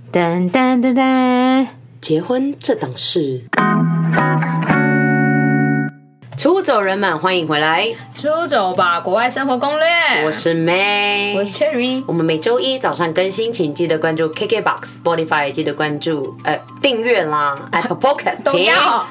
噔噔噔噔， 结婚这档事。出走人们，欢迎回来！ 出走吧，国外生活攻略。 我是 May， 我是 Cherry。 我们每周一早上更新，请记得关注 KKBOX、Spotify， 记得关注订阅啦 ，Apple Podcast 都要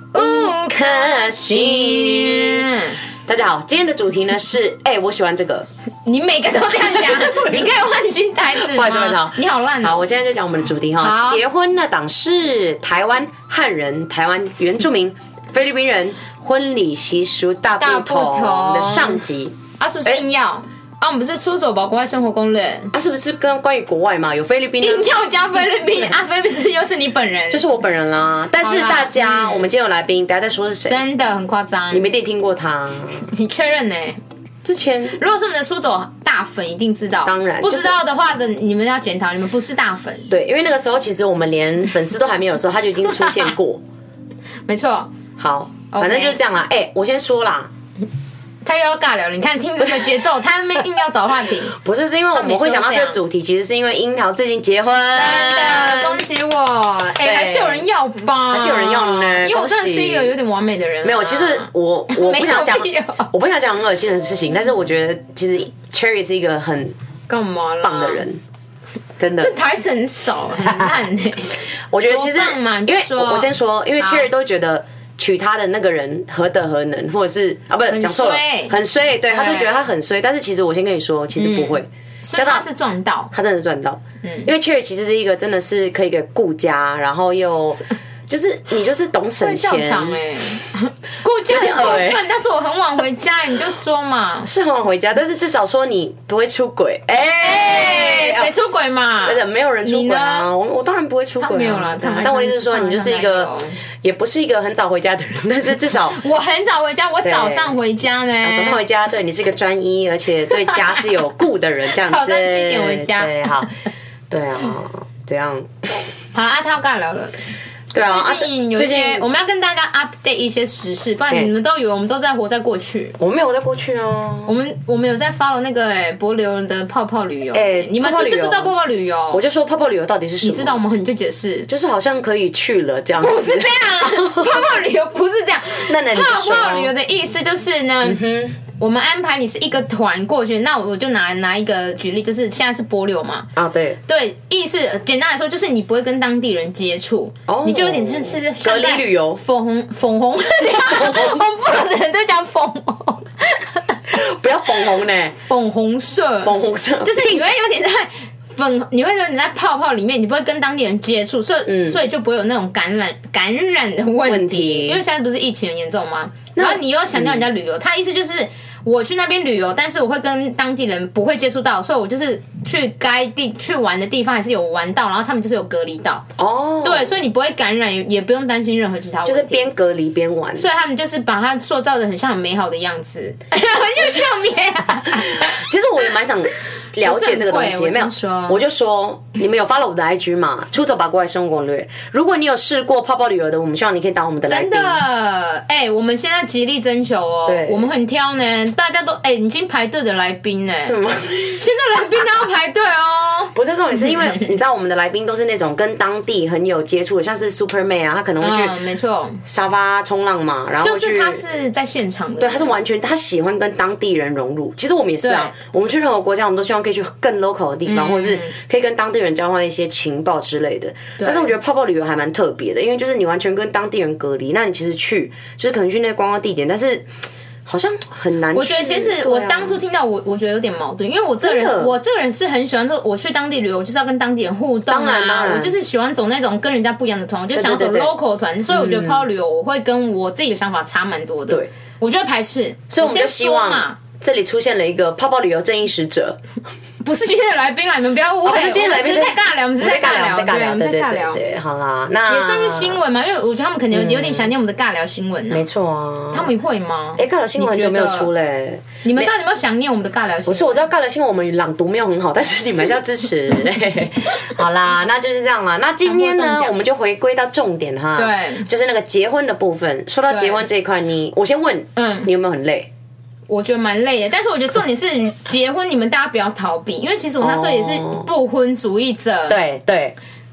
5颗星。大家好，今天的主题呢是，我喜欢这个。 你每个都这样讲，你可以换新台词吗？ 不好意思， 你好烂哦。 好，我现在就讲我们的主题哈。结婚那档是台湾汉人、台湾原住民、菲律宾人婚礼习俗大不同的上集啊，是不是硬要？我们不是出走吧国外生活攻略啊？是不是跟关于国外嘛？有菲律宾硬要加菲律宾啊？菲律宾又是你本人， 就是我本人啦。但是大家，我们今天有来宾，大家在说是谁？ 真的很夸张， 你们一定听过他。 你确认呢？ 之前如果是我们的出走大粉，一定知道。 当然， 不知道的话的，你们要检讨，你们不是大粉。 对，因为那个时候其实我们连粉丝都还没有的时候，他就已经出现过。 没错。 好，反正就是这样啦。我先说啦。 他又要尬聊了，你看听这个节奏，他硬要找话题。 不是，是因为我们会想到这个主题，其实是因为樱桃最近结婚， 真的恭喜我！还是有人要吧？ 还是有人要呢？ 因为我真的是一个有点完美的人。 没有，其实我不想讲，我不想讲很恶心的事情，但是我觉得其实 Cherry 是一个很干嘛啦棒的人，真的。 这台词很少，很烂欸。 我觉得其实因为我先说，因为 Cherry 都觉得。娶她的那个人何德何能，或者是不是讲错了，很衰，对，他都觉得他很衰。但是其实我先跟你说，其实不会， 所以他是赚到， 他真的赚到。因为 Cherry 其实是一个真的是可以给顾家，然后又就是你就是懂省钱， 顾家很过分，但是我很晚回家，你就说嘛， 是很晚回家，但是至少说你不会出轨， 谁出轨嘛？ 没有人出轨啊，我当然不会出轨， 没有了。 但我意思是说，你就是一个。也不是一个很早回家的人，但是至少我很早回家，我早上回家呢。 早上回家，对你是一个专一，而且对家是有顾的人，这样子。 早上7点回家， 对，好，对啊，这样。 好，他要尬聊了。 对啊， 最近我们要跟大家 update 一些时事，不然你们都以为我们都在活在过去。 我们没有在过去哦， 我们有在 follow 那个帛琉的泡泡旅游。你们是不是不知道泡泡旅游？ 我就说泡泡旅游到底是什么？ 你知道我们就解释， 就是好像可以去了这样。 不是这样，泡泡旅游不是这样。泡泡旅游的意思就是呢。我们安排你是一个团过去，那我就拿一个举例，就是现在是帛琉嘛。 对， 意思简单来说就是你不会跟当地人接触，你就有点像是隔离旅游。 粉红，我们部落的人都讲粉红， 不要粉红呢， 粉红色，就是你会有点在。你会觉得你在泡泡里面，你不会跟当地人接触，所以就不会有那种感染的问题。因为现在不是疫情很严重吗？然后你又强调人家旅游，他意思就是我去那边旅游，但是我会跟当地人不会接触到，所以我就是去玩的地方还是有玩到，然后他们就是有隔离到。对，所以你不会感染，也不用担心任何其他问题， 就是边隔离边玩。 所以他们就是把它塑造的很像很美好的样子，很有趣啊！ 其实我也蛮想。了解这个东西没有？我就说你们有 follow 我的 IG 嘛？出走吧国外生活攻略。如果你有试过泡泡旅游的，我们希望你可以当我们的来宾。 真的，我们现在极力征求哦，我们很挑呢，大家都已经排队的来宾呢。 怎么？ 现在来宾都要排队哦。 不是重点，是因为你知道我们的来宾都是那种跟当地很有接触的，像是 Super May 啊，他可能会去， 没错， 沙发冲浪嘛，然后就是他是在现场的， 对，他是完全他喜欢跟当地人融入。其实我们也是啊，我们去任何国家，我们都希望可以去更 local 的地方，或者是可以跟当地人交换一些情报之类的。但是我觉得泡泡旅游还蛮特别的，因为就是你完全跟当地人隔离，那你其实去就是可能去那个观光地点，但是好像很难去。 我觉得其实我当初听到我觉得有点矛盾，因为我这个人是很喜欢我去当地旅游，就是要跟当地人互动啊，我就是喜欢走那种跟人家不一样的团，我就想要走 local 团，所以我觉得泡泡旅游我会跟我自己的想法差蛮多的。对，我觉得排斥， 所以我们就希望这里出现了一个泡泡旅游正义使者。 不是今天的来宾啦，你们不要误会。 今天来宾在尬聊，我们是在尬聊，对，我们在尬聊。 对，好啦，那也算是新闻嘛，因为我觉得他们可能有点想念我们的尬聊新闻呢。 没错啊， 他们会吗？ 尬聊新闻很久没有出嘞。 你们到底有没有想念我们的尬聊新闻？ 不是，我知道尬聊新闻我们朗读没有很好，但是你们还是要支持。好啦，那就是这样啦。那今天呢，我们就回归到重点哈， 对， 就是那个结婚的部分。说到结婚这一块，我先问，你有没有很累？ 我觉得蛮累的，但是我觉得重点是结婚，你们大家不要逃避，因为其实我那时候也是不婚主义者。 对对，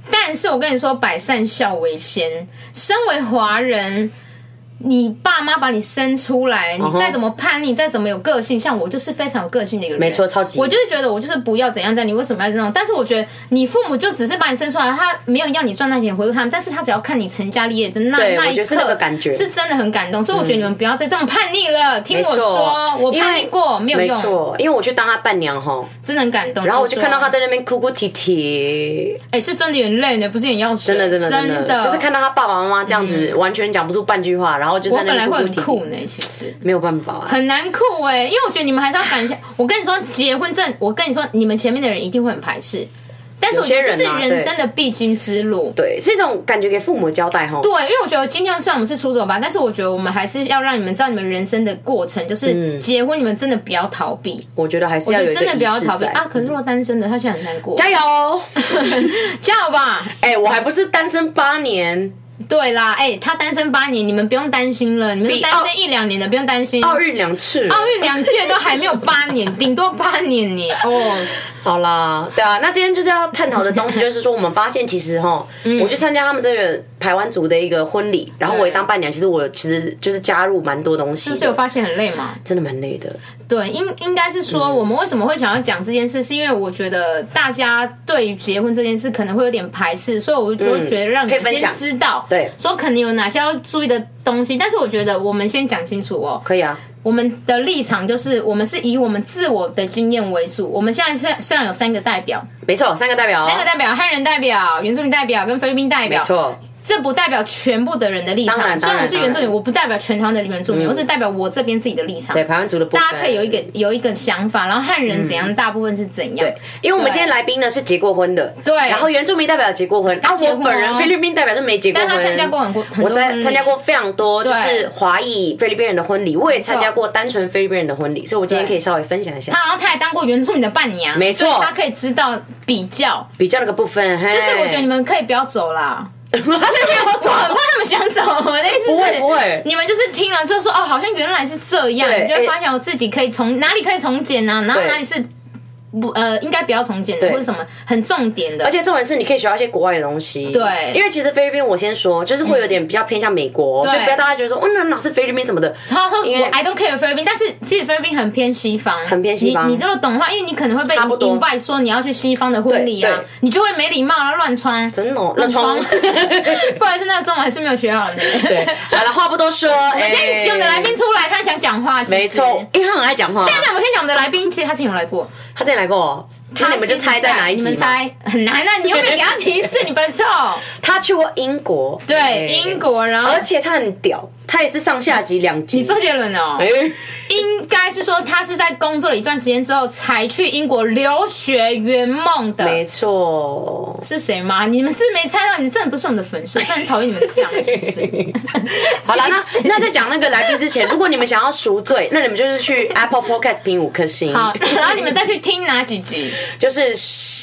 但是我跟你说，百善孝为先，身为华人。你爸妈把你生出来，你再怎么叛逆，再怎么有个性，像我就是非常有个性的一个人， 没错，超级。 我就是觉得我就是不要怎样你为什么要这种？但是我觉得你父母就只是把你生出来，他没有要你赚大钱回馈他们，但是他只要看你成家立业的那一刻， 是那个感觉， 是真的很感动。所以我觉得你们不要再这么叛逆了，听我说，我叛逆过没有用， 没错，因为我去当他伴娘吼， 真的很感动。 然后我就看到他在那边哭哭啼啼， 是真的有点累呢，不是有点要水， 真的，就是看到他爸爸妈妈这样子，完全讲不出半句话，然后就在那边哭哭啼啼。 很酷呢，其实没有办法， 很难酷因为我觉得你们还是要感谢。我跟你说，结婚证，我跟你说，你们前面的人一定会很排斥，但是我觉得这是人生的必经之路， 对，是一种感觉给父母交代哈。 对，因为我觉得今天虽然我们是出走吧，但是我觉得我们还是要让你们知道你们人生的过程，就是结婚，你们真的不要逃避。 我觉得还是要有一个仪式在， 真的不要逃避啊！可是如果单身的，他现在很难过， 加油， 加油吧！ 我还不是单身8年。 对啦，他单身8年，你们不用担心了。你们是单身1-2年的，不用担心。 奥运2次， 奥运2届都还没有8年，顶多8年你好啦，对啊，那今天就是要探讨的东西，就是说我们发现其实我去参加他们这个台湾族的一个婚礼，然后我也当伴娘，其实就是加入蛮多东西。 是不是有发现很累吗？ 真的蛮累的。 对，应该是说我们为什么会想要讲这件事，是因为我觉得大家对于结婚这件事可能会有点排斥，所以我就觉得让你们先知道， 对， 说可能有哪些要注意的东西。但是我觉得我们先讲清楚可以啊。 我们的立场就是，我们是以我们自我的经验为主。我们现在虽然有3个代表， 没错，3个代表， 汉人代表、原住民代表跟菲律宾代表， 没错。 这不代表全部的人的立场，虽然我是原住民，我不代表全台湾的原住民，我只代表我这边自己的立场。 对，台湾族的部分， 大家可以有一个想法，然后汉人怎样，大部分是怎样。 对，因为我们今天来宾呢是结过婚的， 对， 然后原住民代表结过婚，我本人菲律宾代表就没结过婚， 但他参加过很多， 我参加过非常多，就是华裔菲律宾人的婚礼，我也参加过单纯菲律宾人的婚礼，所以我今天可以稍微分享一下。 他还当过原住民的伴娘， 没错， 他可以知道比较那个部分， 就是我觉得你们可以不要走啦。我很怕他们想走，我的意思是， 不会， 你们就是听了之后说，好像原来是这样，你就会发现我自己可以哪里可以重剪啊，然后哪里是应该不要重剪的，或者什么很重点的。 而且重点是，你可以学到一些国外的东西。 对， 因为其实菲律宾，我先说，就是会有点比较偏向美国，所以不要大家觉得说，那哪是菲律宾什么的。 因为 I don't care 菲律宾，但是其实菲律宾很偏西方， 很偏西方。 你如果懂的话，因为你可能会被invite说你要去西方的婚礼啊，你就会没礼貌，然后乱穿。 真的乱穿。 不好意思，那个中文还是没有学好呢。 对，好了，话不多说， 我们先请我们的来宾出来，他想讲话。 没错，因为他很爱讲话。 那我们先讲我们的来宾，其实他之前有来过。 他之前来过，那你们就猜在哪一集？ 你们猜很难啊！你又没给他提示，你笨臭。 他去过英国， 对，英国，然后而且他很屌，他也是上下集2集。 你周杰伦哦，应该是说他是在工作了一段时间之后才去英国留学圆梦的。 没错， 是谁吗？你们是没猜到，你们真的不是我们的粉丝，真的很讨厌你们这样的其实。 好了，那在讲那个来宾之前，如果你们想要赎罪，那你们就是去 Apple Podcast 评5颗星。 好，然后你们再去听哪几集？ 就是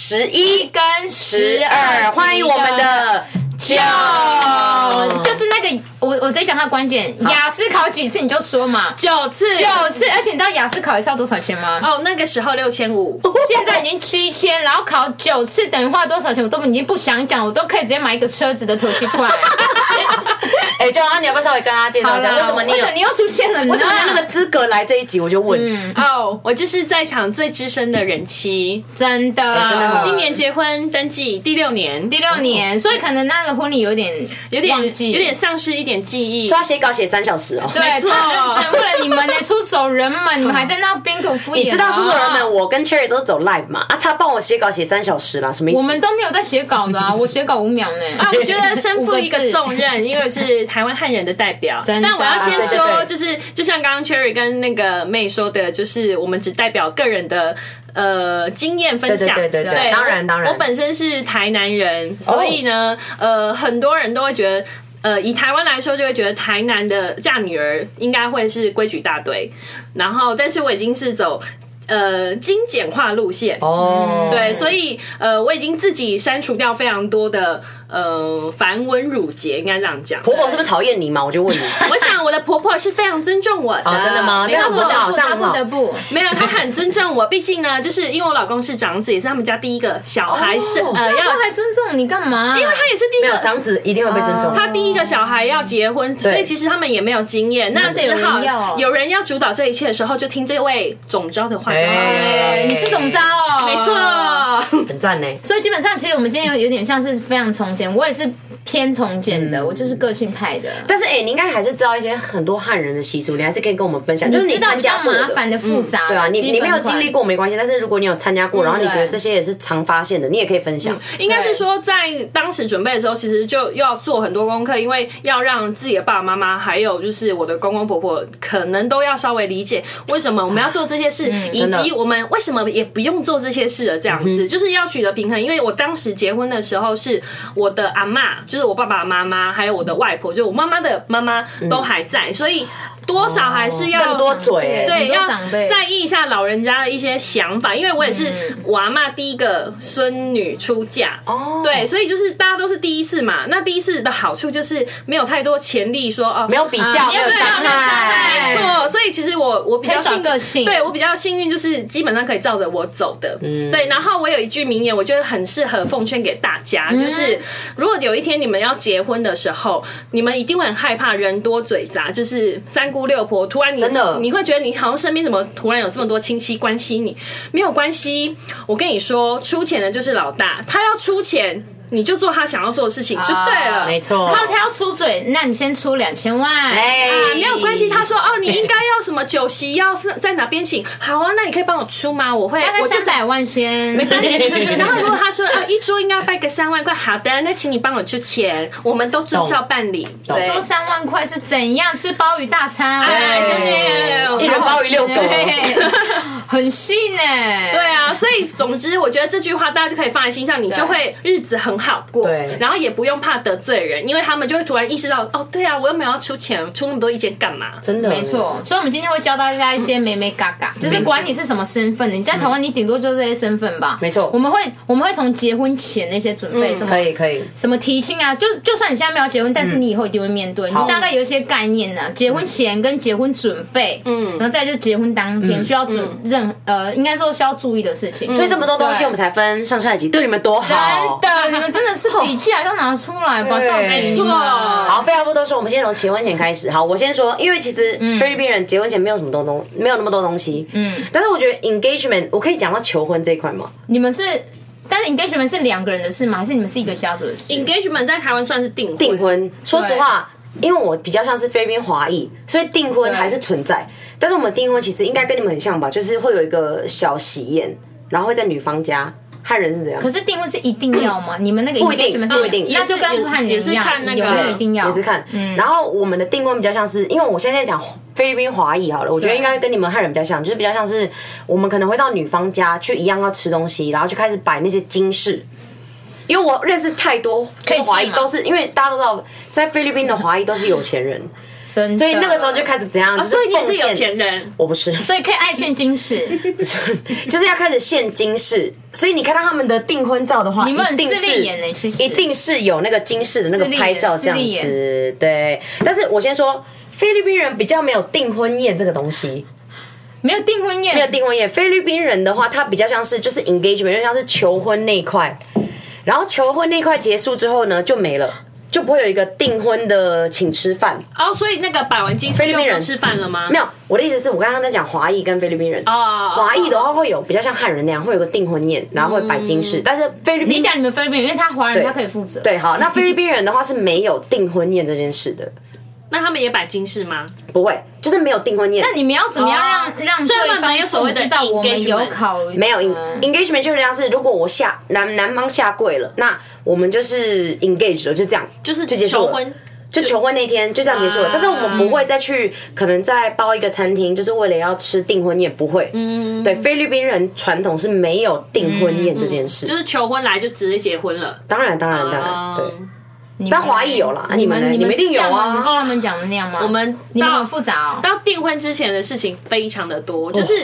11跟12，欢迎我们的就是那个我直接讲它的关键，雅思考几次你就说嘛 ，9次， 而且你知道雅思考一次要多少钱吗？ 那个时候6500， 现在已经7000，然后考9次等于花多少钱？我都已经不想讲，我都可以直接买一个车子的土气块。 John，你要不要稍微跟大家介绍一下，为什么你又出现了？ 为什么你有那个资格来这一集？我就问。 我就是在场最资深的人妻， 真的， 今年结婚登记第6年， 所以可能那个婚礼有点丧失一点记忆。 刷写稿写3小时哦， 对，他认真为了你们的出手人们，你们还在那边口敷衍。 你知道出手人们，我跟 Cherry 都走 live 嘛？他帮我写稿写3小时啦，什么意思？ 我们都没有在写稿的啊，我写稿5秒呢。 我觉得身负一个重任，因为是台湾汉人的代表。但我要先说，就像刚刚 Cherry 跟那个妹说的，就是我们只代表个人的经验分享。 对，当然。 我本身是台南人，所以呢，很多人都会觉得。以台湾来说，就会觉得台南的嫁女儿应该会是规矩大堆，然后，但是我已经是走精简化路线对，所以我已经自己删除掉非常多的繁文缛节，应该这样讲。 婆婆是不是讨厌你嘛？我就问你。 我想我的婆婆是非常尊重我的。 真的吗？这样很好，这样不得不没有，她很尊重我。毕竟呢，就是因为我老公是长子，也是他们家第一个小孩要还尊重你干嘛？ 因为他也是第一个， 没有长子一定会被尊重。 他第一个小孩要结婚，所以其实他们也没有经验。那只好有人要主导这一切的时候，就听这位总召的话就好了。 你是总召哦， 没错， 很赞呢。 所以基本上，其实我们今天有点像是非常从简，我也是偏从简的，我就是个性派的。 但是你应该还是知道一些很多汉人的习俗，你还是可以跟我们分享。就是你参加过麻烦的复杂， 对啊，你没有经历过没关系，但是如果你有参加过，然后你觉得这些也是常发现的，你也可以分享。 应该是说，在当时准备的时候，其实就要做很多功课，因为要让自己的爸爸妈妈，还有就是我的公公婆婆，可能都要稍微理解为什么我们要做这些事，以及我们为什么也不用做这些事了。这样子就是要取得平衡。因为我当时结婚的时候，是我的阿嬷，就是我爸爸妈妈，还有我的外婆，就我妈妈的妈妈都还在，所以多少还是要更多嘴， 对，要在意一下老人家的一些想法。因为我也是我阿嬷第一个孙女出嫁，对，所以就是大家都是第一次嘛。那第一次的好处就是没有太多潜力说没有比较，没有伤害， 没错。所以其实我比较个性， 对我比较幸运，就是基本上可以照着我走的。对，然后我有一句名言，我觉得很适合奉劝给大家，就是如果有一天你们要结婚的时候，你们一定会很害怕人多嘴杂，就是三姑六婆，突然你会觉得你好像身边怎么突然有这么多亲戚关心你？没有关系，我跟你说，出钱的就是老大，他要出钱，你就做他想要做的事情就对了， 没错。 然后他要出嘴，那你先出2000万， 没有关系。他说你应该要什么酒席要在哪边请，好啊，那你可以帮我出吗？我就 300万先， 没关系。然后如果他说一桌应该要拜个3万块，好的，那请你帮我出钱，我们都遵照办理。 对，说3万块是怎样吃鲍鱼大餐？ 一人鲍鱼6个， 很细呢。 对啊，所以总之我觉得这句话大家就可以放在心上，你就会日子很好过，然后也不用怕得罪人，因为他们就会突然意识到对啊，我又没有要出钱，出那么多意见干嘛？ 真的， 没错。所以我们今天会教大家一些美美嘎嘎，就是管你是什么身份的，你在台湾你顶多就这些身份吧。 没错， 我们会从结婚前那些准备，什么可以什么提亲啊，就算你现在没有结婚，但是你以后一定会面对，你大概有一些概念呢。结婚前跟结婚准备，然后再就是结婚当天需要应该说需要注意的事情。 所以这么多东西我们才分上下集，对你们多好。 真的，你们真的是笔记还要拿出来吧？ 没错。 好，废话不多说，我们先从结婚前开始。好，我先说，因为其实菲律宾人结婚前没有那么多东西，但是我觉得 engagement 我可以讲到求婚这一块吗？ 你们是？但是 engagement 是2个人的事吗？还是你们是一个家族的事 ？engagement 在台湾算是订婚。说实话，因为我比较像是菲律宾华裔，所以订婚还是存在。但是我们订婚其实应该跟你们很像吧，就是会有一个小喜宴，然后会在女方家。汉人是怎样？ 可是订婚是一定要吗？你们那个不一定， 那就跟汉人一样，有没有一定要？ 也是看。然后我们的订婚比较像是，因为我现在讲菲律宾华裔好了，我觉得应该跟你们汉人比较像，就是比较像是我们可能会到女方家去一样要吃东西，然后就开始摆那些金饰。因为我认识太多华裔，都是因为大家都知道，在菲律宾的华裔都是有钱人。所以那个时候就开始怎样？ 所以你是有钱人， 我不是， 所以可以爱献金饰， 就是要开始献金饰。所以你看到他们的订婚照的话， 你们很势利眼呢，其实一定是有那个金饰的那个拍照这样子。对，但是我先说，菲律宾人比较没有订婚宴这个东西。 没有订婚宴， 没有订婚宴。菲律宾人的话，他比较像是就是 engagement， 就像是求婚那一块。然后求婚那一块结束之后呢，就没了。就不会有一个订婚的请吃饭所以那个摆完金饰就不吃饭了吗？ 没有，我的意思是我刚刚在讲华裔跟菲律宾人华裔的话会有比较像汉人那样，会有个订婚宴，然后会摆金饰。但是菲律宾， 你讲你们菲律宾，因为他华人他可以负责。 对，好，那菲律宾人的话是没有订婚宴这件事的。 那他们也摆金饰吗？ 不会，就是没有订婚宴。 那你们要怎么样让对方所谓的知道我们有考虑？ 没有 engagement 就是这样，是如果我男方下跪了，那我们就是 engage 了，就这样，就结束了。就求婚那天就这样结束了。但是我们不会再去可能再包一个餐厅，就是为了要吃订婚宴，不会。对，菲律宾人传统是没有订婚宴这件事， 就是求婚来就直接结婚了。 当然，对。但华裔有啦，你们一定有啊？ 是他们讲的那样吗？你们很复杂到订婚之前的事情非常的多，就是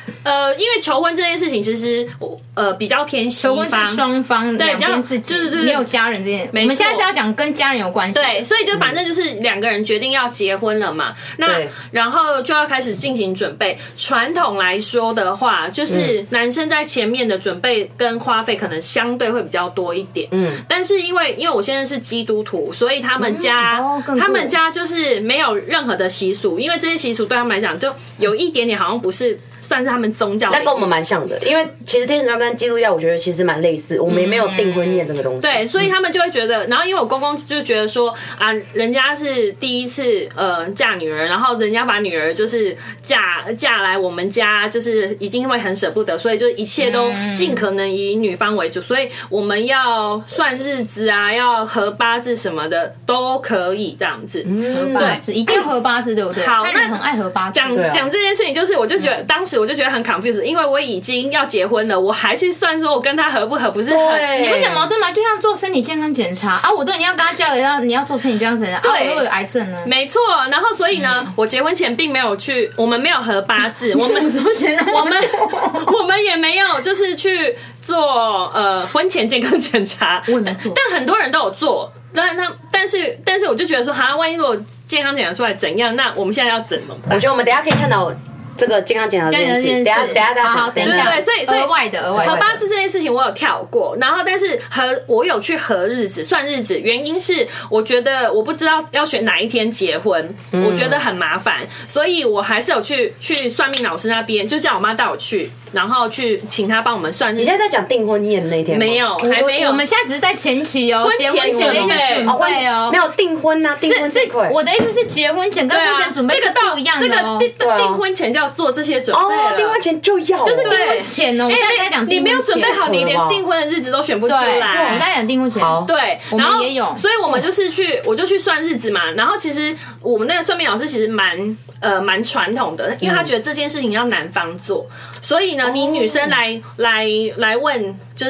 因为求婚这件事情，其实比较偏西方， 求婚是双方两边自己，对，没有家人这件。我们现在是要讲跟家人有关系， 对，所以就反正就是两个人决定要结婚了嘛，那然后就要开始进行准备。传统来说的话，就是男生在前面的准备跟花费可能相对会比较多一点，但是因为我现在是基督徒，所以他们家就是没有任何的习俗，因为这些习俗对他们来讲就有一点点好像不是算是他们宗教的， 但跟我们蛮像的，因为其实天主教跟基督教我觉得其实蛮类似，我们也没有订婚宴这个东西， 对，所以他们就会觉得，然后因为我公公就觉得说啊，人家是第一次嫁女儿，然后人家把女儿就是嫁来我们家，就是一定会很舍不得，所以就一切都尽可能以女方为主，所以我们要算日子啊，要合八字什么的都可以这样子， 合八字一定要合八字，对不对？ 好，那很爱合八字。 讲这件事情，就是我就觉得当时我就觉得很 confused， 因为我已经要结婚了，我还去算说我跟他合不合，不是很你不觉得矛盾吗？就像做身体健康检查啊，我都已经要跟他交流，你要做身体健康检查，对，我如果有癌症呢？ 没错，然后所以呢，我结婚前并没有去，我们没有合八字，我们也没有就是去做婚前健康检查， 我也没错， 但很多人都有做。但是我就觉得说，万一如果健康检查出来怎样，那我们现在要怎么办？ 我觉得我们等一下可以看到这个健康检查这件事，等一下等一下， 对，所以额外的合八字这件事情我有跳过，然后但是我有去合日子算日子，原因是我觉得我不知道要选哪一天结婚，我觉得很麻烦，所以我还是有去算命老师那边，就叫我妈带我去，然后去请他帮我们算日子。 你现在在讲订婚宴那天吗？ 没有，还没有， 我们现在只是在前期哦，结婚前的一个准备哦， 没有订婚啊，订婚是我的意思是结婚前跟婚前准备是不一样的哦， 这个订婚前就要做这些准备。 订婚前就要， 就是订婚前哦。我现在在讲， 你没有准备好，你连订婚的日子都选不出来。 我们在讲订婚前， 对， 我们也有， 所以我们就是我就去算日子嘛。然后其实我们那个算命老师其实蛮传统的，因为他觉得这件事情要男方做，所以呢，你女生来问就是。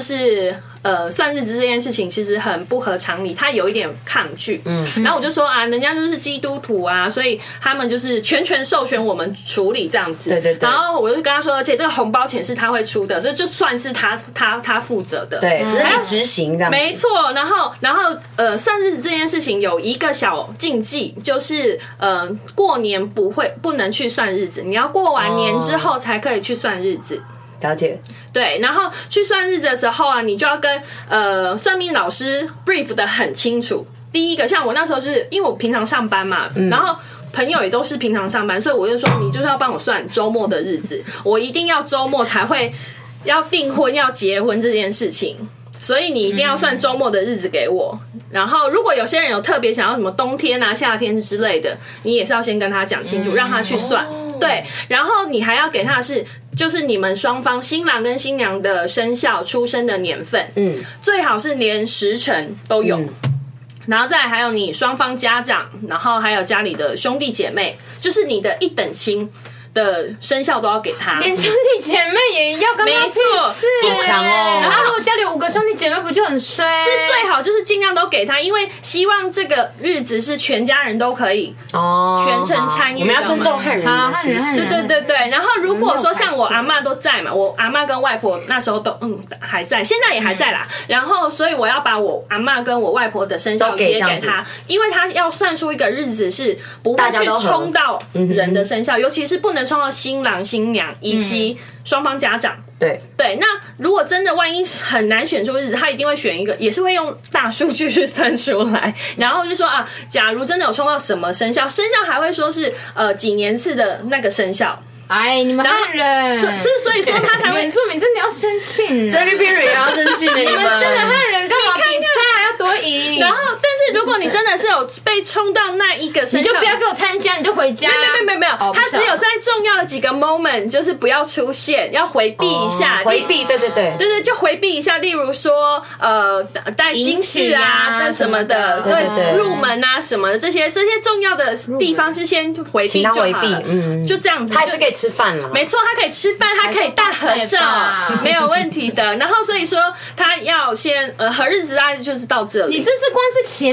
算日子这件事情其实很不合常理，他有一点抗拒。然后我就说啊，人家就是基督徒啊，所以他们就是全权授权我们处理这样子。 对。 然后我就跟他说，而且这个红包钱是他会出的，所以就算是他负责的。 对，只是你执行这样。 没错。然后算日子这件事情有一个小禁忌，就是过年不能去算日子，你要过完年之后才可以去算日子。 了解， 对，然后去算日子的时候啊，你就要跟算命老师 brief 的很清楚。第一个，像我那时候就是因为我平常上班嘛，然后朋友也都是平常上班，所以我就说你就是要帮我算周末的日子，我一定要周末才会要订婚要结婚这件事情。所以你一定要算周末的日子给我，然后如果有些人有特别想要什么冬天啊、夏天之类的，你也是要先跟他讲清楚，让他去算。对，然后你还要给他的是，就是你们双方新郎跟新娘的生肖、出生的年份，最好是连时辰都有。然后再来还有你双方家长，然后还有家里的兄弟姐妹，就是你的一等亲的生肖都要给他， 连兄弟姐妹也要跟他没错， 好强哦。 然后如果家里有5个兄弟姐妹，不就很衰？ 是最好就是尽量都给他，因为希望这个日子是全家人都可以全程参与。 我们要尊重汉人的习俗。 对。然后如果说像我阿嬷都在嘛，我阿嬷跟外婆那时候都还在，现在也还在啦。然后所以我要把我阿嬷跟我外婆的生肖也给他，因为他要算出一个日子是不会去冲到人的生肖，尤其是不能冲到新郎新娘以及双方家长。对，那如果真的万一很难选出日子，他一定会选一个，也是会用大数据去算出来，然后就说啊，假如真的有冲到什么生肖还会说是几年次的那个生肖。 哎，你们汉人， 所以说他才会原住民真的要生气， 在那边人也要生气的，你们真的汉人干嘛比赛要多赢？ 然后，但是如果你真的是有被冲到那一个生肖， 你就不要给我参加，你就回家。 没有，他只有在重要的几个 moment， 就是不要出现，要回避一下， 回避，对， 就回避一下。例如说，带金饰啊，带什么的，对，入门啊什么的，这些重要的地方是先回避就好了，就这样子， 他还是可以吃饭了。 没错，他可以吃饭，他可以大合照，没有问题的。然后所以说他要先合日子大概就是到这里。 你这是光是前面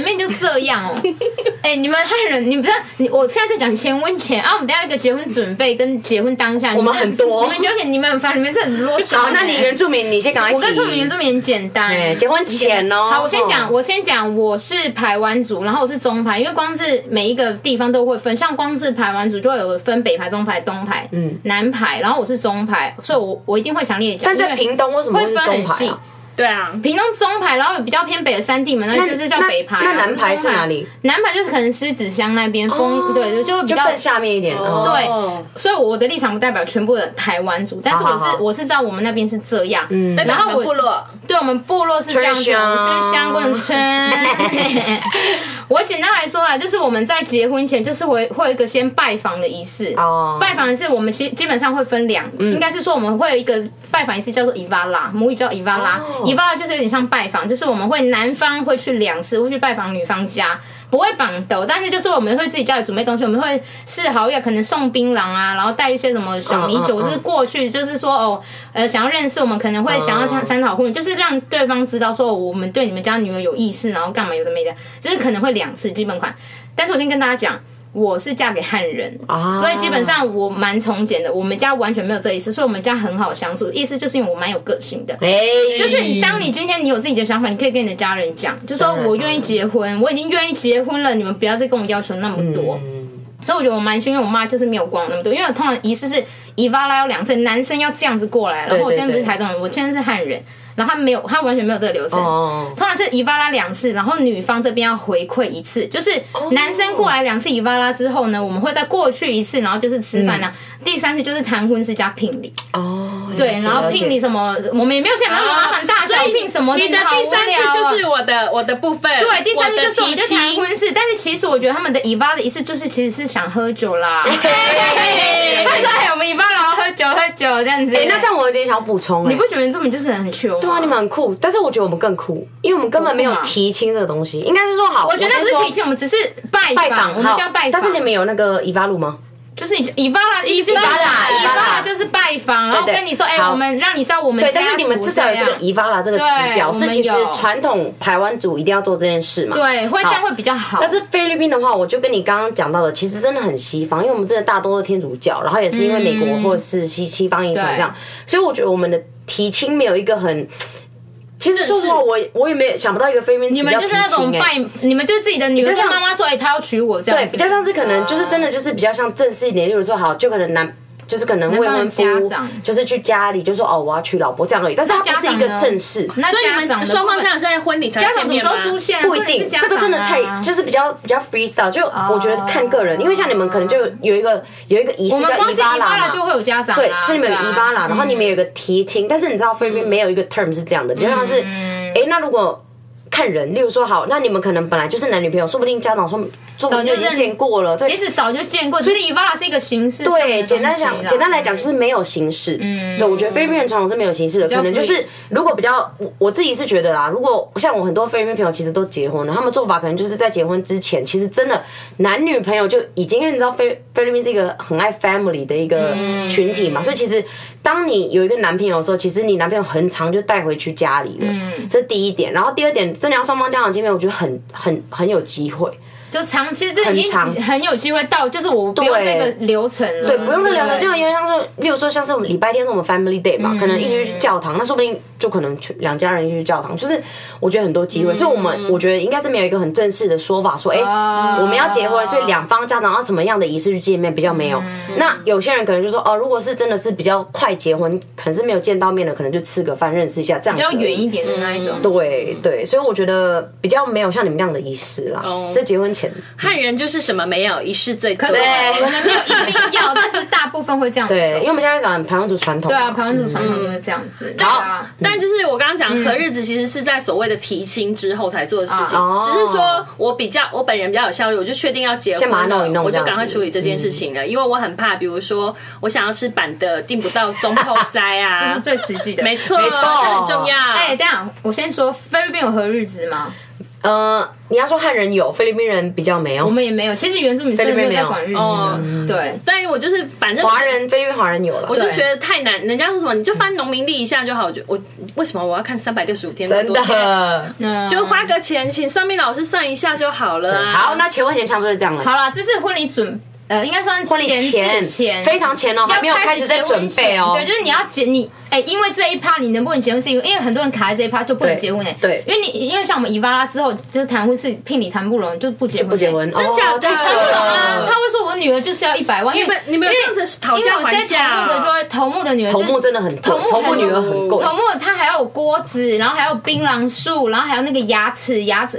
面就这样哦。你们汉人，你不知道，我现在在讲结婚前啊，我们等一下有一个结婚准备跟结婚当下， 我们很多， 你们很烦，你们这很啰嗦。 好，那你原住民，你先赶快提。 我跟原住民很简单， 结婚前哦。 好，我先讲，我是排湾族，然后我是中排，因为光是每一个地方都会分，像光是排湾族就会有分北排、中排、东排、南排，然后我是中排，所以我一定会强烈讲。 但在屏东为什么会是中排啊？ 对啊， 屏东中排，然后比较偏北的山地门，那就是叫北排。 那南排是哪里？ 南排就是可能狮子乡那边，对，就比较更下面一点。 对，所以我的立场不代表全部的台湾族，但是我是知道我们那边是这样。 然后部落， 对，我们部落是这样子，就是香棍村。我简单来说啦，就是我们在结婚前，就是会有一个先拜访的仪式。拜访的是我们基本上会分应该是说我们会有一个拜访仪式叫做伊瓦拉，母语叫伊瓦拉。伊瓦拉就是有点像拜访，就是我们会男方会去2次，会去拜访女方家，不会绑斗，但是就是我们会自己家里准备东西，我们会示好意，可能送槟榔啊，然后带一些什么小米酒，就是过去就是说想要认识我们，可能会想要商讨婚姻，就是让对方知道说我们对你们家女儿有意思，然后干嘛有的没的，就是可能会2次基本款。但是我先跟大家讲。我是嫁给汉人，所以基本上我蛮从简的。我们家完全没有这意思，所以我们家很好相处。意思就是因为我蛮有个性的，就是当你今天你有自己的想法，你可以跟你的家人讲，就说我愿意结婚，我已经愿意结婚了，你们不要再跟我要求那么多。所以我觉得我蛮幸运，我妈就是没有管我那么多，因为通常仪式是伊瓦拉要2次，男生要这样子过来，然后我现在不是台中人，我现在是汉人。然后他完全没有这个流程，通常是伊瓦拉2次，然后女方这边要回馈1次，就是男生过来2次伊瓦拉之后呢，我们会再过去1次，然后就是吃饭啊。第3次就是谈婚事加聘礼。对，然后聘礼什么，我们也没有想那么麻烦，大小聘什么的。 你的第3次就是我的部分。 对，第3次就是我们就谈婚事，但是其实我觉得他们的伊瓦的仪式就是其实是想喝酒啦。我们伊瓦拉喝酒这样子。 那这样我有点想补充， 你不觉得这种就是很糗吗？ 对啊，你们很酷，但是我觉得我们更酷，因为我们根本没有提亲这个东西，应该是说好。 我觉得不是提亲，我们只是拜访，我们叫拜访。 但是你们有那个伊瓦鲁吗？ 就是伊瓦拉就是拜访，然后跟你说，我们让你知道我们家族。 对，但是你们至少有这个伊瓦拉这个词，表示其实传统台湾族一定要做这件事嘛。 对，会这样会比较好。 但是菲律宾的话，我就跟你刚刚讲到的，其实真的很西方，因为我们真的大多是天主教，然后也是因为美国或者是西方影响这样，所以我觉得我们的提亲没有一个很。其实说实话，我也没想不到一个菲律宾词叫提亲。你们就是那种拜， 你们就是自己的女儿跟妈妈说，她要娶我这样子。 对，比较像是可能就是真的就是比较像正式一点，例如说好，就可能就是可能未婚夫就是去家里就说我要娶老婆这样而已，但是它不是一个正式。 所以你们双方家长是在婚礼才见面吗？ 家长什么时候出现？ 不一定，这个真的太就是比较 freestyle， 就我觉得看个人，因为像你们可能就有一个仪式叫伊瓦拉就会有家长， 对，所以你们有伊瓦拉，然后你们有一个提亲，但是你知道菲律宾没有一个 term 是这样的，比较像是那如果。看人，例如说好，那你们可能本来就是男女朋友，说不定家长说不定就已经见过了， 其实早就见过，所以伊瓦拉是一个形式。 对，简单来讲就是没有形式。对，我觉得菲律宾人传统是没有形式的，可能就是如果比较，我自己是觉得啦，如果像我很多菲律宾朋友其实都结婚了，他们做法可能就是在结婚之前，其实真的男女朋友就已经，因为你知道菲律宾是一个很爱 family 的一个群体嘛，所以其实当你有一个男朋友的时候，其实你男朋友很常就带回去家里了，这是第一点。然后第二点。真的要双方家长见面，我觉得很有机会。 就其实就已经很有机会到，就是我不用这个流程了。 对，不用这个流程，就有点像说，例如说像是我们礼拜天是我们 family day 嘛，可能一起去教堂，那说不定就可能2家人一起去教堂，就是我觉得很多机会。所以我觉得应该是没有一个很正式的说法，说我们要结婚，所以2方家长要什么样的仪式去见面，比较没有。那有些人可能就说如果是真的是比较快结婚，可能是没有见到面的，可能就吃个饭认识一下这样子， 比较远一点的那一种。 对，所以我觉得比较没有像你们那样的仪式啦，在结婚前。 汉人就是什么没有，仪式最多。 可是我们没有一定要，但是大部分会这样子。 对，因为我们现在讲台湾族传统。 对啊，台湾族传统就是这样子。 好，但就是我刚刚讲合日子，其实是在所谓的提亲之后才做的事情。只是说我本人比较有效率，我就确定要结婚了，我就赶快处理这件事情了，因为我很怕，比如说我想要吃板的订不到中后塞啊， 这是最实际的。 没错，这很重要。 等一下我先说，菲律宾有合日子吗？ 你要说汉人有，菲律宾人比较没有。 我们也没有，其实原住民真的没有在管日子的。对， 但我就是反正华人，菲律宾华人有了。 我就觉得太难，人家说什么你就翻农民历一下就好。我为什么我要看365天？ 真的， 就花个钱请算命老师算一下就好了啊。 好，那结婚前差不多是这样了。 好了，这是婚礼应该算婚礼前非常前哦，还没有开始在准备哦。 对，就是你要因为这一趴你能不能结婚，是因为很多人卡在这一趴就不能结婚对， 因为像我们伊巴拉之后，就是谈婚事聘礼谈不拢就不结婚， 真假的太扯了。他会说我女儿就是要100万，因为你们有这样子讨价还价。 头目的女儿， 头目真的很贵，头目女儿很贵。 头目她还要有锅子，然后还有槟榔树，然后还有那个牙齿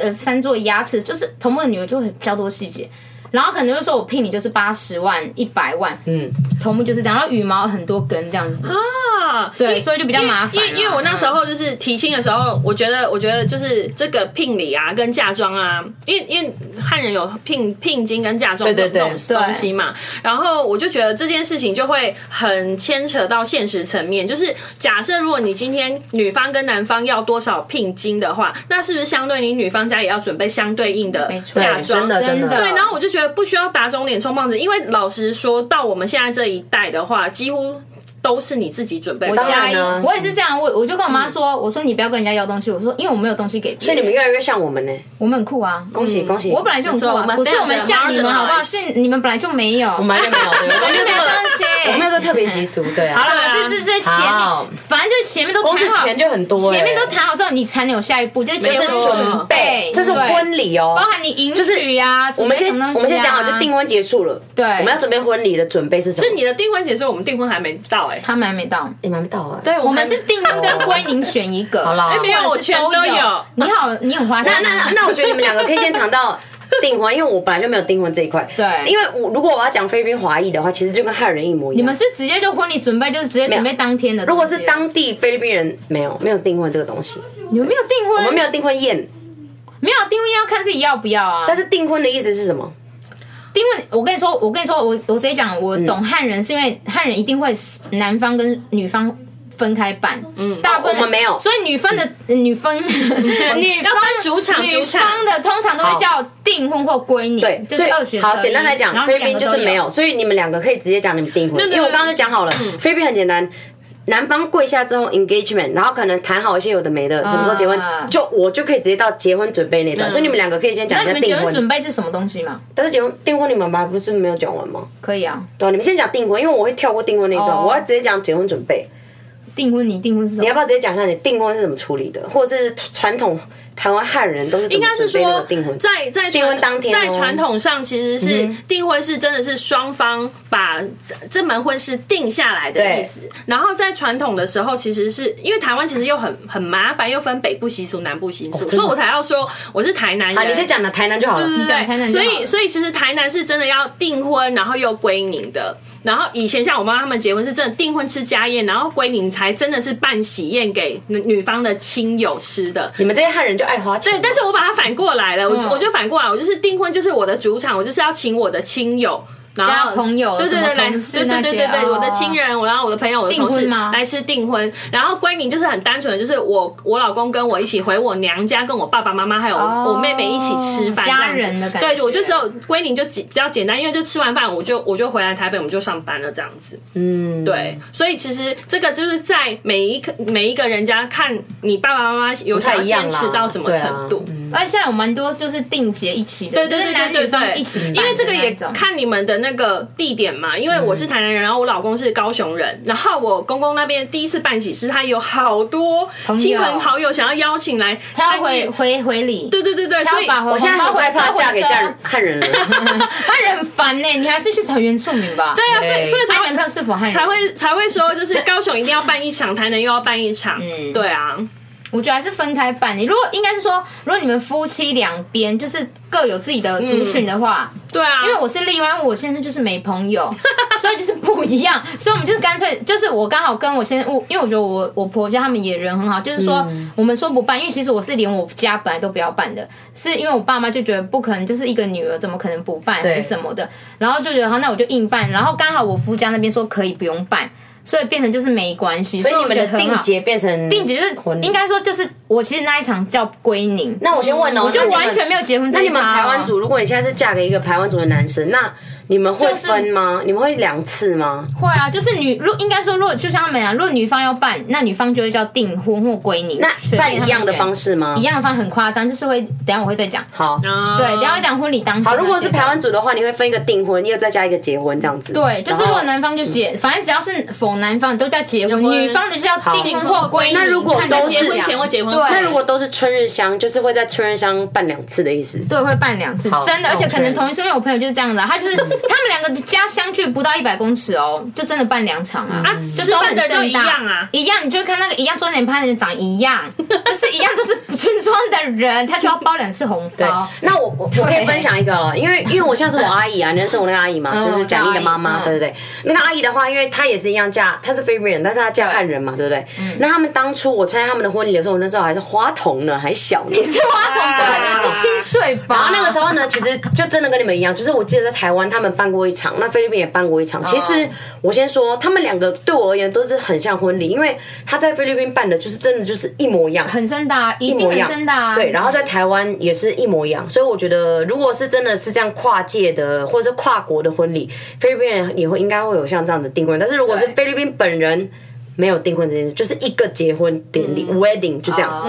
3座牙齿，就是头目的女儿就会比较多细节。然后可能就说我聘你就是80万、100万，头目就是这样，然后羽毛很多根这样子啊，对，所以就比较麻烦。 因为我那时候就是提亲的时候，我觉得就是这个聘礼啊跟嫁妆啊，因为汉人有聘金跟嫁妆这种东西嘛，然后我就觉得这件事情就会很牵扯到现实层面，就是假设如果你今天女方跟男方要多少聘金的话，那是不是相对你女方家也要准备相对应的嫁妆？ 真的对，然后我就觉得不需要打肿脸充胖子，因为老实说到我们现在这一代的话，几乎都是你自己准备。 我也是这样，我就跟我妈说，我说你不要跟人家要东西，我说因为我没有东西给别人。 所以你们越来越像我们呢， 我们很酷啊， 恭喜恭喜！ 我本来就很酷啊，不是我们像你们好不好？是你们本来就没有， 我们就没有， 我们就没有东西， 我没有这特别习俗，对啊。 好了，这前面，反正就前面都谈好， 光是钱就很多， 前面都谈好之后，你才能有下一步，就是结婚准备， 这是婚礼哦， 包含你迎娶呀， 我们先讲好，就订婚结束了， 对， 我们要准备婚礼的准备是什么？ 是你的订婚结束，我们订婚还没到他们还没到。 你们还没到啊？ 对， 我们是订婚跟归宁选一个。 好了， 没有，我全都有。 你很花心。 那我觉得你们两个可以先谈到订婚，因为我本来就没有订婚这一块。 对， 因为如果我要讲菲律宾华裔的话，其实就跟汉人一模一样。 你们是直接就婚礼准备，就是直接准备当天的。 如果是当地菲律宾人，没有订婚这个东西。 你们没有订婚？ 我们没有订婚宴。 没有订婚宴要看自己要不要啊。 但是订婚的意思是什么？ 订婚，我跟你说，我直接讲，我懂汉人，是因为汉人一定会男方跟女方分开办，大部分我们没有， 所以女方的主场的通常都会叫订婚或归宁， 对， 就是2选1。 好，简单来讲，菲律宾就是没有，所以你们两个可以直接讲你们订婚，因为我刚刚就讲好了，菲律宾很简单。男方跪下之后 engagement， 然后可能谈好一些有的没的，什么时候结婚，我就可以直接到结婚准备那段，所以你们两个可以先讲一下订婚。那你们结婚准备是什么东西吗？ 但是订婚你们不是没有讲完吗？ 可以啊， 对，你们先讲订婚，因为我会跳过订婚那一段，我要直接讲结婚准备。 订婚，你订婚是什么？ 你要不要直接讲一下你订婚是怎么处理的，或者是传统台湾汉人都是怎么准备那个订婚？ 在订婚当天， 在传统上其实是订婚是真的是双方把这门婚事定下来的意思。然后在传统的时候，其实是因为台湾其实又很麻烦，又分北部习俗、南部习俗，所以我才要说我是台南人。 好，你先讲的台南就好了。 对，所以其实台南是真的要订婚，然后又归宁的。然后以前像我妈他们结婚是真的订婚吃家宴，然后归宁才真的是办喜宴给女方的亲友吃的。 你们这些汉人就爱花钱。 对，但是我把它反过来了，我就反过来，我就是订婚就是我的主场，我就是要请我的亲友。然后朋友， 对，我的亲人，然后我的朋友，我的同事来吃订婚，然后归宁就是很单纯的，就是我老公跟我一起回我娘家，跟我爸爸妈妈还有我妹妹一起吃饭， 家人的感觉。 对，我就只有归宁就比较简单，因为就吃完饭我就回来台北，我们就上班了这样子。对，所以其实这个就是在每一个人家看你爸爸妈妈有想要坚持到什么程度。 而且现在有蛮多就是订结一起的，对，男女方一起办， 因为这个也看你们的那个地点嘛，因为我是台南人，然后我老公是高雄人，然后我公公那边第一次办喜事，他有好多亲朋好友想要邀请来， 他要回礼， 对，所以我现在很害怕嫁给汉人了， 汉人很烦呢，你还是去找原住民吧。 对啊，所以他男朋友是否汉人才会说，就是高雄一定要办一场，台南又要办一场，对啊。 我觉得还是分开办。如果应该是说，如果你们夫妻两边就是各有自己的族群的话， 对啊， 因为我是例外，因为我先生就是没朋友，所以就是不一样。所以我们就是干脆，就是我刚好跟我先生，因为我觉得我婆家他们也人很好，就是说我们说不办，因为其实我是连我家本来都不要办的，是因为我爸妈就觉得不可能，就是一个女儿怎么可能不办还是什么的，然后就觉得好，那我就硬办，然后刚好我夫家那边说可以不用办。 所以变成就是没关系。 所以你们的定结变成定结就是应该说就是我其实那一场叫归宁。 那我先问哦， 我就完全没有结婚这一趴。 那你们排湾族，如果你现在是嫁给一个排湾族的男生，那你们会分吗？你们会2次吗？ 会啊，就是应该说，如果就像他们讲，如果女方要办，那女方就会叫订婚或归宁。 那办一样的方式吗？ 一样的方式很夸张，就是会等一下我会再讲。 好， 对，等一下会讲婚礼当天。 好，如果是排湾族的话，你会分一个订婚，又再加一个结婚这样子。 对，就是如果男方就反正只要是否男方都叫结婚，女方的就叫订婚或归宁。 那如果都是结婚前或结婚后， 那如果都是春日乡，就是会在春日乡办2次的意思。 对，会办2次，真的，而且可能同一次，因为我朋友就是这样的，他就是他们2个家相距不到100公尺哦，就真的办2场啊，就是都很盛大， 一样啊， 一样，你就看那个一样，终点拍的人长一样，就是一样都是村庄的人，他就要包2次红包。 那我可以分享一个了，因为我像是我阿姨啊，你认识我那个阿姨吗？就是蒋丽的妈妈，对不对？那个阿姨的话，因为她也是一样嫁，她是菲律宾人，但是她嫁汉人嘛，对不对？那他们当初我参加他们的婚礼的时候，我那时候还是花童呢，还小呢。 你是花童吧？你是7岁吧？ 然后那个时候呢，其实就真的跟你们一样，就是我记得在台湾他们办过一场，那菲律宾也办过一场。其实我先说，他们2个对我而言都是很像婚礼，因为他在菲律宾办的就是真的就是一模一样， 很盛大，一定很盛大。 对，然后在台湾也是一模一样，所以我觉得如果是真的是这样跨界的或者是跨国的婚礼，菲律宾人也会应该会有像这样的订婚，但是如果是菲律宾本人没有订婚这件事，就是一个结婚典礼 wedding 就这样。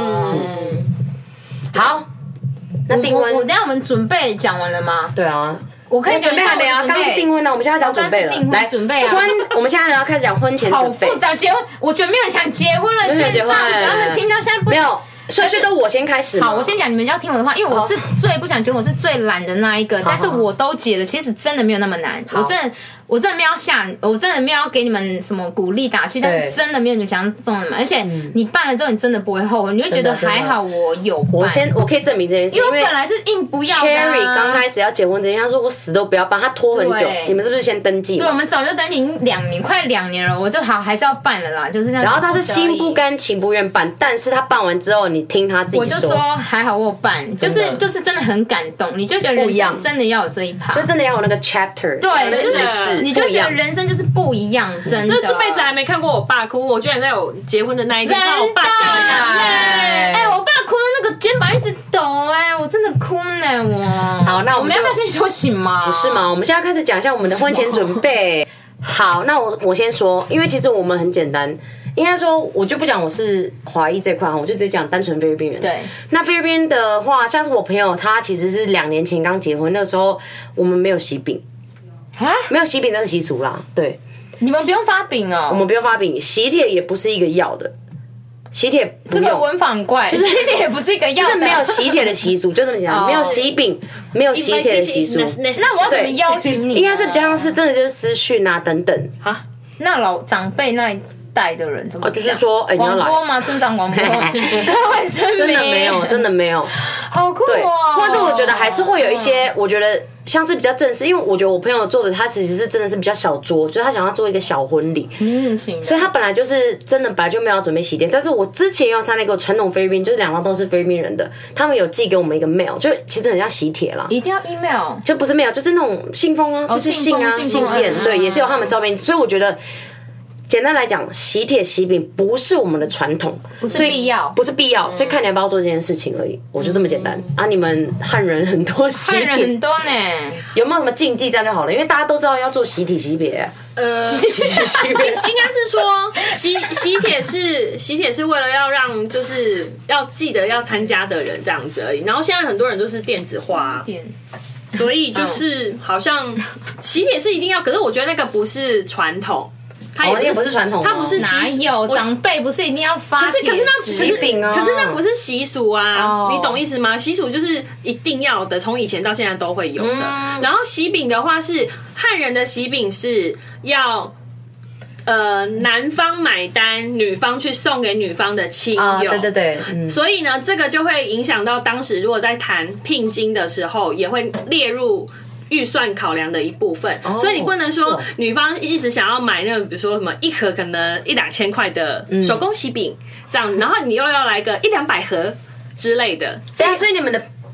好，那订婚我等一下我们准备讲完了吗？ 对啊。 我可以准备还没啊？刚是订婚呢，我们现在讲准备了。来， 准备啊！ 我们现在要开始讲婚前准备。 好复杂，结婚，我觉得没有人想结婚了。现在他们听到现在没有，所以都我先开始。 好，我先讲，你们要听我的话，因为我是最不想结婚，我是最懒的那一个，但是我都结了，其实真的没有那么难。我真的没有我真的没有要给你们什么鼓励打气，但是真的没有你们想象中的难，而且你办了之后，你真的不会后悔，你会觉得还好我有办。 我可以证明这件事， 因为我本来是硬不要的。 Cherry 刚开始要结婚之前，他说我死都不要办，他拖很久。你们是不是先登记？ 对，我们早就登记2年，快2年了，我就还是要办了啦，就是这样。 然后他是心不甘情不愿办，但是他办完之后，你听他自己说， 我就说还好我有办，就是真的很感动，你就觉得人生真的要有这一趴， 就真的要有那个 chapter， 对，就是你就觉得人生就是不一样，真的。 这辈子还没看过我爸哭，我居然在我结婚的那一天看我爸掉眼泪。我爸哭的那个肩膀一直抖，我真的哭呢，我。 好，那我们要不要先休息吗？ 不是吗？我们现在开始讲一下我们的婚前准备。好，那我先说，因为其实我们很简单。应该说，我就不讲我是华裔这块，我就直接讲单纯菲律宾人。 对， 那菲律宾的话，像是我朋友，他其实是2年前刚结婚，那时候我们没有喜饼啊， 没有喜饼这个习俗啦。对， 你们不用发饼哦， 我们不用发饼，喜帖也不是一个要的，喜帖这个文法很怪，就是喜帖也不是一个要的， 就是没有喜帖的习俗，就这么讲，没有喜饼，没有喜帖的习俗。 那我要怎么邀请你？ 应该是比较像是真的就是私讯啊等等啊。 那长辈那一代的人怎么就是说，你要来广播吗？村长广播，各位村民， 真的没有，真的没有， 好酷哦！ 或者是我觉得还是会有一些，我觉得像是比较正式，因为我觉得我朋友做的，他其实是真的是比较小桌，就是他想要做一个小婚礼，所以他本来就是真的本来就没有要准备喜帖。但是我之前要参那个传统菲律宾，就是2方都是菲律宾人的，他们有寄给我们一个 mail， 就其实很像喜帖啦， 一定要 email， 就不是 mail， 就是那种信封啊，就是信啊信件，对，也是有他们照片，所以我觉得。简单来讲，喜帖喜饼不是我们的传统， 不是必要， 不是必要，所以看你要不要做这件事情而已。我就这么简单啊！你们汉人很多喜帖， 汉人很多呢， 有没有什么禁忌这样就好了？因为大家都知道要做喜帖喜饼。 应该是说喜帖是为了要让就是要记得要参加的人这样子而已。然后现在很多人都是电子化，所以就是好像喜帖是一定要，可是我觉得那个不是传统。它也不是传统， 它不是哪有长辈不是一定要发？ 可是那喜饼啊， 可是那不是习俗啊，你懂意思吗？习俗就是一定要的，从以前到现在都会有的。然后喜饼的话是汉人的喜饼是要男方买单，女方去送给女方的亲友。 对， 所以呢，这个就会影响到当时如果在谈聘金的时候，也会列入。预算考量的一部分，所以你不能说女方一直想要买那种，比如说什么一盒可能1-2千块的手工喜饼这样，然后你又要来个100-200盒之类的。 所以你们的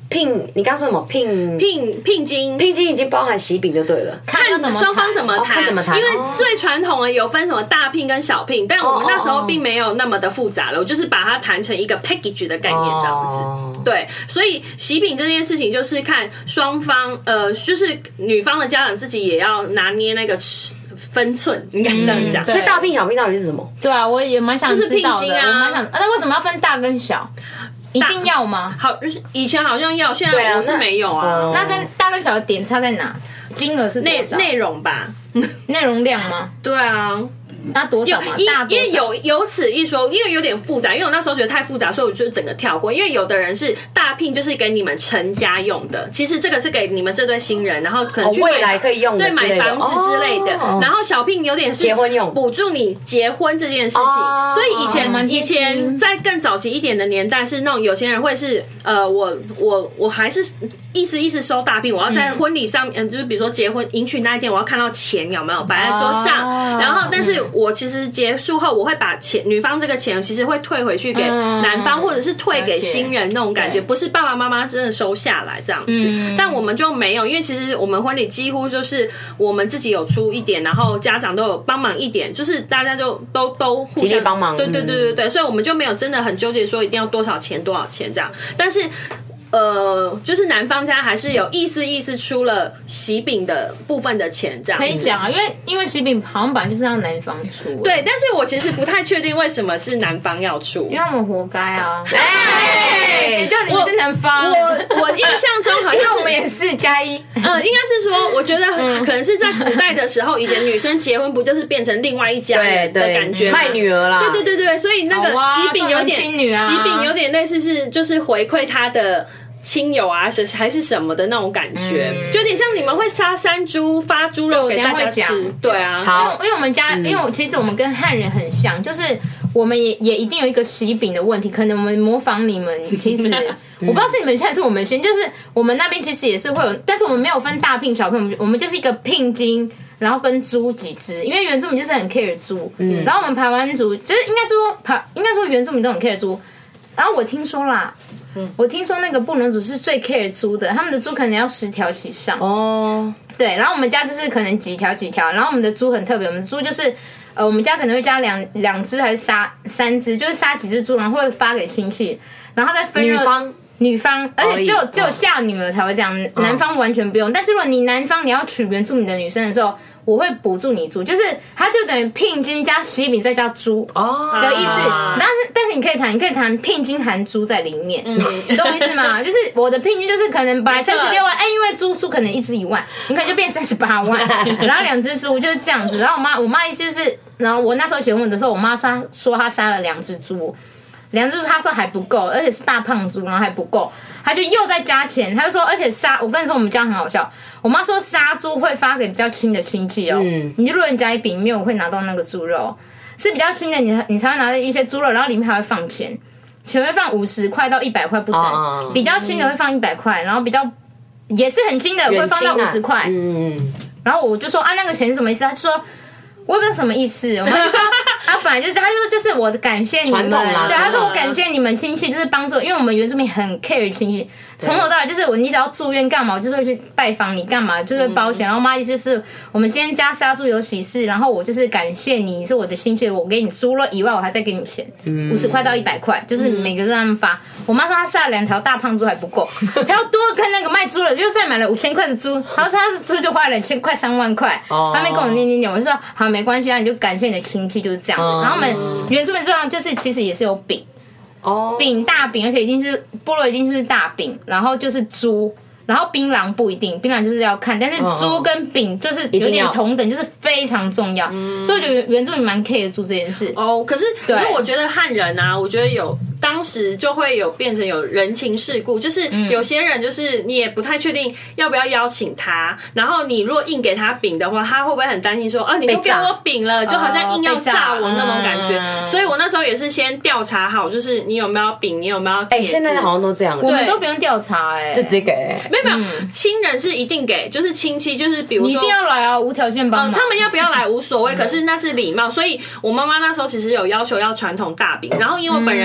聘，你刚说什么？聘金已经包含喜饼就对了， 看双方怎么谈， 看怎么谈。 因为最传统的有分什么大聘跟小聘，但我们那时候并没有那么的复杂了，我就是把它谈成一个 package 的概念这样子。对，所以喜饼这件事情就是看双方，就是女方的家长自己也要拿捏那个分寸，应该这样讲。 所以大聘小聘到底是什么？ 对啊，我也蛮想知道的。 就是聘金啊， 我蛮想，那为什么要分大跟小？一定要吗？ 好，以前好像要，现在我是没有啊。 那跟大跟小的点差在哪？金额是多少？ 内容吧， 内容量吗？ 对啊。 那多少嘛？大多少？ 因为有此一说，因为有点复杂，因为我那时候觉得太复杂，所以我就整个跳过。因为有的人是大聘，就是给你们成家用的，其实这个是给你们这对新人，然后可能去未来可以用的， 对，买房子之类的。然后小聘有点是结婚用， 补助你结婚这件事情。所以以前在更早期一点的年代，是那种有钱人会是我还是意思收大聘，我要在婚礼上，就是比如说结婚迎娶那一天，我要看到钱有没有摆在桌上，然后但是我其实结束后，我会把女方这个钱其实会退回去给男方，或者是退给新人那种感觉，不是爸爸妈妈真的收下来这样子。但我们就没有，因为其实我们婚礼几乎就是我们自己有出一点，然后家长都有帮忙一点，就是大家就都互相帮忙。 对，所以我们就没有真的很纠结说一定要多少钱这样，但是。就是男方家还是有意思出了喜饼的部分的钱，这样可以讲啊，因为喜饼好像本来就是让男方出， 对，但是我其实不太确定为什么是男方要出，因为他们活该啊！谁叫你们是男方？ 我印象中好像是我们也是加一， 应该是说，我觉得可能是在古代的时候，以前女生结婚不就是变成另外一家人的感觉， 卖女儿啦， 对，所以那个喜饼有点喜饼有点类似是就是回馈他的。亲友啊，还是什么的那种感觉，就有点像你们会杀山猪发猪肉给大家吃，对啊。 好，因为我们家，因为其实我们跟汉人很像，就是我们也一定有一个喜饼的问题，可能我们模仿你们，其实我不知道是你们现在是我们先，就是我们那边其实也是会有，但是我们没有分大聘小聘，我们就是一个聘金。然后跟猪几只，因为原住民就是很 care 猪，然后我们排湾族就是应该说原住民都很 care 猪，然后我听说啦。我听说那个布农族是最 care 猪的，他们的猪可能要10条以上哦。对，然后我们家就是可能几条，然后我们的猪很特别，我们的猪就是我们家可能会加两只还是杀3只，就是杀几只猪，然后会发给亲戚，然后再分女方，而且只有嫁女儿才会这样，男方完全不用。但是如果你男方你要娶原住民的女生的时候，我会补助你猪，就是它就等于聘金加喜饼再加猪的意思。但是你可以谈聘金含猪在里面，你懂我意思吗？就是我的聘金就是可能本来36万，因为猪可能1只1万，你可能就变38万，然后2只猪就是这样子。然后我妈意思就是，然后我那时候结婚的时候，我妈说她杀了2只猪，2只猪她说还不够，而且是大胖猪，然后还不够。他就又在加钱，他就说，而且我跟你说，我们家很好笑。我妈说杀猪会发给比较亲的亲戚哦，你就路人甲乙丙没有会拿到那个猪肉，是比较亲的你才会拿到一些猪肉，然后里面还会放钱会放50块到100块不等，比较亲的会放100块，然后比较也是很亲的会放到50块，然后我就说那个钱是什么意思？他就说。我也不知道什么意思，我妈就说本来就是，他就说就是我感谢你们，对，他说我感谢你们亲戚，就是帮助，因为我们原住民很 care 亲戚，从头到尾就是你只要住院干嘛，我就是会去拜访你干嘛，就是包钱。然后妈意思就是我们今天家杀猪有喜事，然后我就是感谢你是我的亲戚，我给你猪肉以外，我还再给你钱，50块到100块，就是每个让他们发。我妈说她杀了2条大胖猪还不够，她要多跟那个卖猪的，就再买了5000块的猪，她说她的猪就花了快3万块，她没跟我念，我就说好没关系啊，你就感谢你的亲戚就是这样的。然后我们原住民这样就是其实也是有饼。饼大饼，而且一定是菠萝，一定是大饼，然后就是猪，然后槟榔不一定，槟榔就是要看，但是猪跟饼就是有点同等，就是非常重要，所以我觉得原住民蛮 care 猪这件事。 可是我觉得汉人啊，我觉得当时就会变成有人情世故，就是有些人就是你也不太确定要不要邀请他，然后你如果硬给他饼的话，他会不会很担心说你都给我饼了，就好像硬要炸我那种感觉。所以我那时候也是先调查好，就是你有没有饼，你有没有帖子。 现在好像都这样， 我们都不用调查就直接给。 没有，亲人是一定给，就是亲戚，就是比如说你一定要来啊，无条件帮忙。 他们要不要来无所谓，可是那是礼貌。所以我妈妈那时候其实有要求要传统大饼，然后因为我本人也是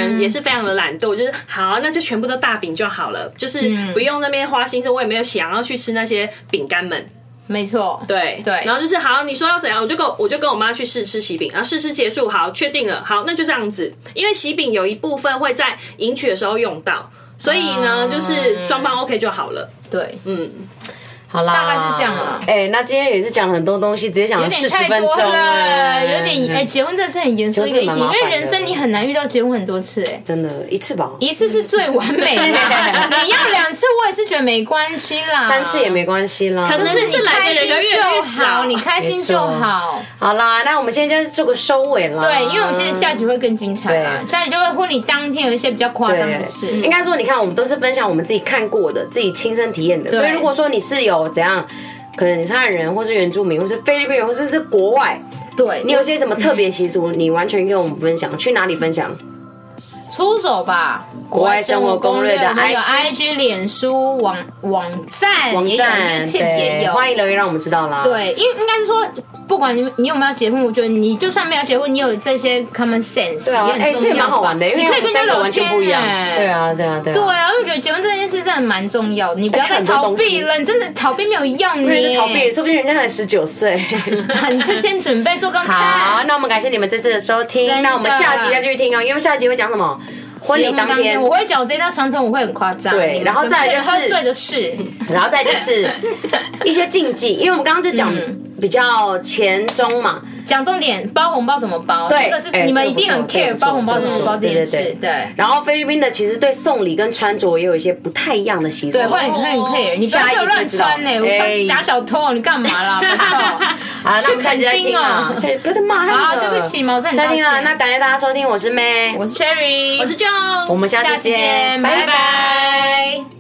非常的懒惰，就是好，那就全部都大饼就好了，就是不用那边花心思，我也没有想要去吃那些饼干们。 没错， 对，然后就是好，你说要怎样，我就跟我妈去试吃喜饼，然后试吃结束，好，确定了，好，那就这样子，因为喜饼有一部分会在迎娶的时候用到，所以呢，就是双方 OK 就好了。 对， 好啦， 大概是这样啦。 那今天也是讲了很多东西，直接讲了40分钟了， 有点结婚这是很严肃的一个议题，因为人生你很难遇到结婚很多次， 真的一次吧， 一次是最完美的，你要2次我也是觉得没关系啦 ，3次也没关系啦， 可能是来的人越少， 你开心就好。 好啦，那我们现在就做个收尾啦。 对，因为我们现在下集会更精彩啦，下集就会婚礼当天有一些比较夸张的事。 应该说，你看我们都是分享我们自己看过的、自己亲身体验的，所以如果说你是有怎样，可能你是汉人，或是原住民，或是菲律宾人，或者是国外， 对你有些什么特别习俗，你完全跟我们分享。去哪里分享？ 出手吧！ 国外生活攻略的 IG、脸书、网站也有 ，YouTube 也有， 欢迎留言让我们知道啦。 对，应该是说，不管你有没有结婚，我觉得你就算没有结婚，你有这些 common sense 也很重要。 这也蛮好玩的，因为你可以跟人家聊天不一样。对啊，对啊， 对啊，我就觉得结婚这件事真的蛮重要的，你不要再逃避了，你真的逃避没有用，你逃避，说不定人家才19岁， 你就先准备做个看。 好，那我们感谢你们这次的收听，那我们下集再继续听哦，因为下集会讲什么？婚礼当天， 我会讲我这道传统，我会很夸张。 对，然后再来就是喝醉的事， 然后再就是一些禁忌，因为我们刚刚就讲比较前中嘛， 讲重点，包红包怎么包？ 对， 这个是你们一定很 care 包红包怎么包这件事。对。 然后菲律宾的其实对送礼跟穿着也有一些不太一样的习俗， 对，会很 care。你不要给我乱穿呢，我穿假小偷，你干嘛啦？不错。 好，那我们下集再听啊，不要再骂他了。 好，对不起，毛在听啊。那感谢大家收听，我是 May， 我是 Cherry， 我是 John， 我们下次见， 拜拜。